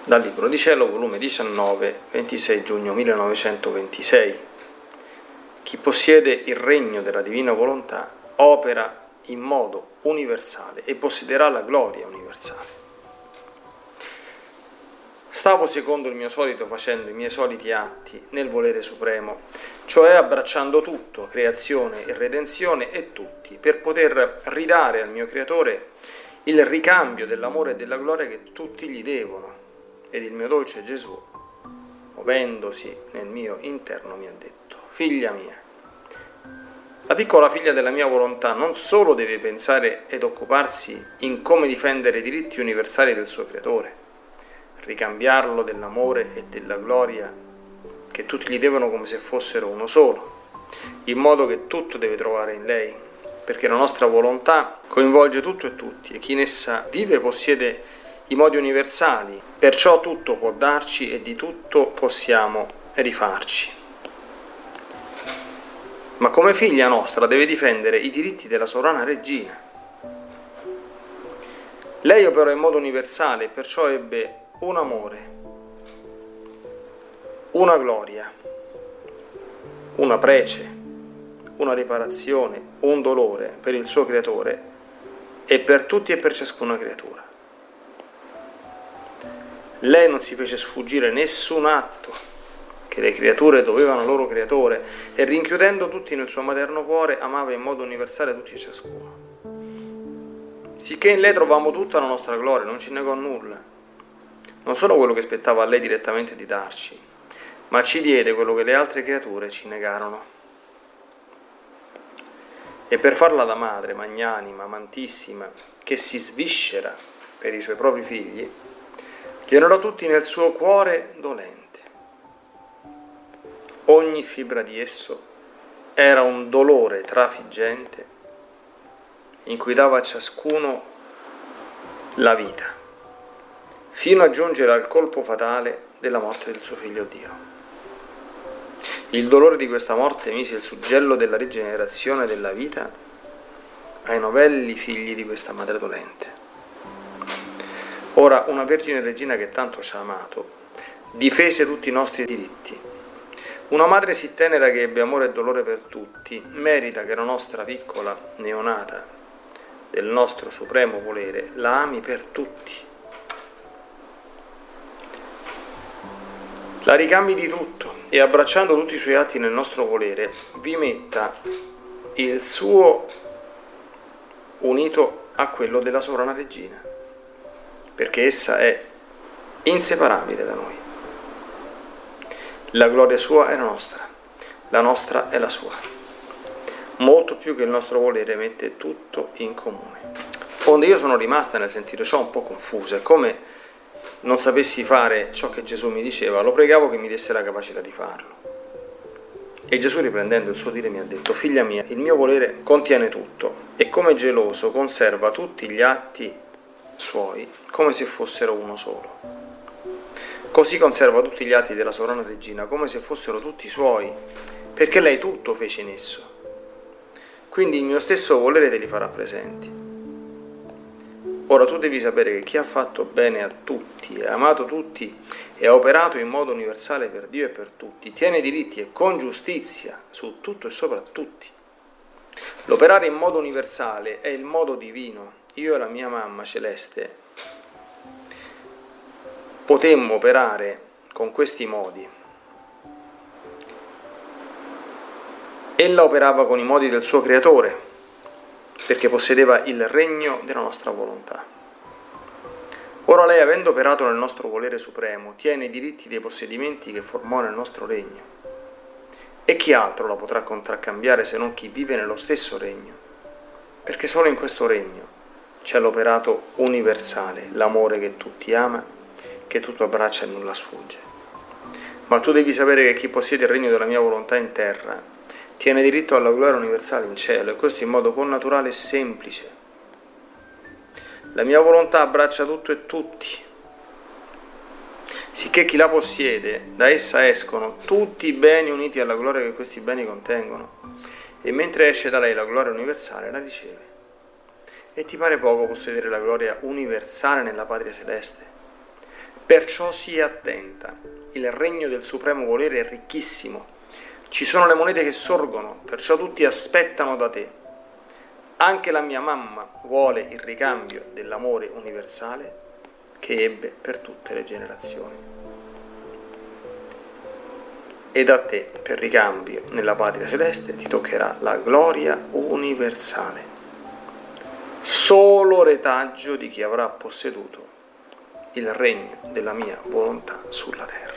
Dal Libro di Cielo, volume 19, 26 giugno 1926. Chi possiede il regno della divina volontà opera in modo universale e possederà la gloria universale. Stavo secondo il mio solito facendo i miei soliti atti nel volere supremo, cioè abbracciando tutto, creazione e redenzione e tutti, per poter ridare al mio Creatore il ricambio dell'amore e della gloria che tutti gli devono. Ed il mio dolce Gesù, muovendosi nel mio interno, mi ha detto: figlia mia, la piccola figlia della mia volontà non solo deve pensare ed occuparsi in come difendere i diritti universali del suo Creatore, ricambiarlo dell'amore e della gloria che tutti gli devono come se fossero uno solo, in modo che tutto deve trovare in lei, perché la nostra volontà coinvolge tutto e tutti, e chi in essa vive possiede i modi universali, perciò tutto può darci e di tutto possiamo rifarci. Ma come figlia nostra deve difendere i diritti della sovrana regina. Lei operò in modo universale, perciò ebbe un amore, una gloria, una prece, una riparazione, un dolore per il suo Creatore e per tutti e per ciascuna creatura. Lei non si fece sfuggire nessun atto che le creature dovevano al loro Creatore e, rinchiudendo tutti nel suo materno cuore, amava in modo universale tutti e ciascuno. Sicché in lei trovammo tutta la nostra gloria, non ci negò nulla, non solo quello che spettava a lei direttamente di darci, ma ci diede quello che le altre creature ci negarono. E per farla da madre magnanima, amantissima, che si sviscera per i suoi propri figli, generò tutti nel suo cuore dolente. Ogni fibra di esso era un dolore trafiggente in cui dava a ciascuno la vita, fino a giungere al colpo fatale della morte del suo figlio Dio. Il dolore di questa morte mise il suggello della rigenerazione della vita ai novelli figli di questa madre dolente. Ora, una Vergine Regina che tanto ci ha amato, difese tutti i nostri diritti. Una madre sì tenera che ebbe amore e dolore per tutti, merita che la nostra piccola neonata del nostro supremo volere la ami per tutti. La ricambi di tutto e, abbracciando tutti i suoi atti nel nostro volere, vi metta il suo unito a quello della sovrana regina, perché essa è inseparabile da noi. La gloria sua è la nostra è la sua, molto più che il nostro volere mette tutto in comune. Onde io sono rimasta nel sentire ciò un po' confusa, e come non sapessi fare ciò che Gesù mi diceva, lo pregavo che mi desse la capacità di farlo. E Gesù, riprendendo il suo dire, mi ha detto: figlia mia, il mio volere contiene tutto, e come geloso conserva tutti gli atti suoi come se fossero uno solo. Così conserva tutti gli atti della sovrana regina come se fossero tutti suoi, perché lei tutto fece in esso. Quindi il mio stesso volere te li farà presenti. Ora tu devi sapere che chi ha fatto bene a tutti, ha amato tutti e ha operato in modo universale per Dio e per tutti, tiene diritti e con giustizia su tutto e sopra tutti. L'operare in modo universale è il modo divino. Io e la mia mamma celeste potemmo operare con questi modi. Ella operava con i modi del suo Creatore, perché possedeva il regno della nostra volontà. Ora lei, avendo operato nel nostro volere supremo, tiene i diritti dei possedimenti che formò nel nostro regno. E chi altro la potrà contraccambiare se non chi vive nello stesso regno? Perché solo in questo regno c'è l'operato universale, l'amore che tutti ama, che tutto abbraccia e nulla sfugge. Ma tu devi sapere che chi possiede il regno della mia volontà in terra tiene diritto alla gloria universale in cielo, e questo in modo connaturale e semplice. La mia volontà abbraccia tutto e tutti, sicché chi la possiede, da essa escono tutti i beni uniti alla gloria che questi beni contengono, e mentre esce da lei la gloria universale la riceve. E ti pare poco possedere la gloria universale nella patria celeste? Perciò sii attenta, il regno del supremo volere è ricchissimo, ci sono le monete che sorgono, perciò tutti aspettano da te. Anche la mia mamma vuole il ricambio dell'amore universale che ebbe per tutte le generazioni. Ed a te, per ricambio nella patria celeste, ti toccherà la gloria universale, solo retaggio di chi avrà posseduto il regno della mia volontà sulla terra.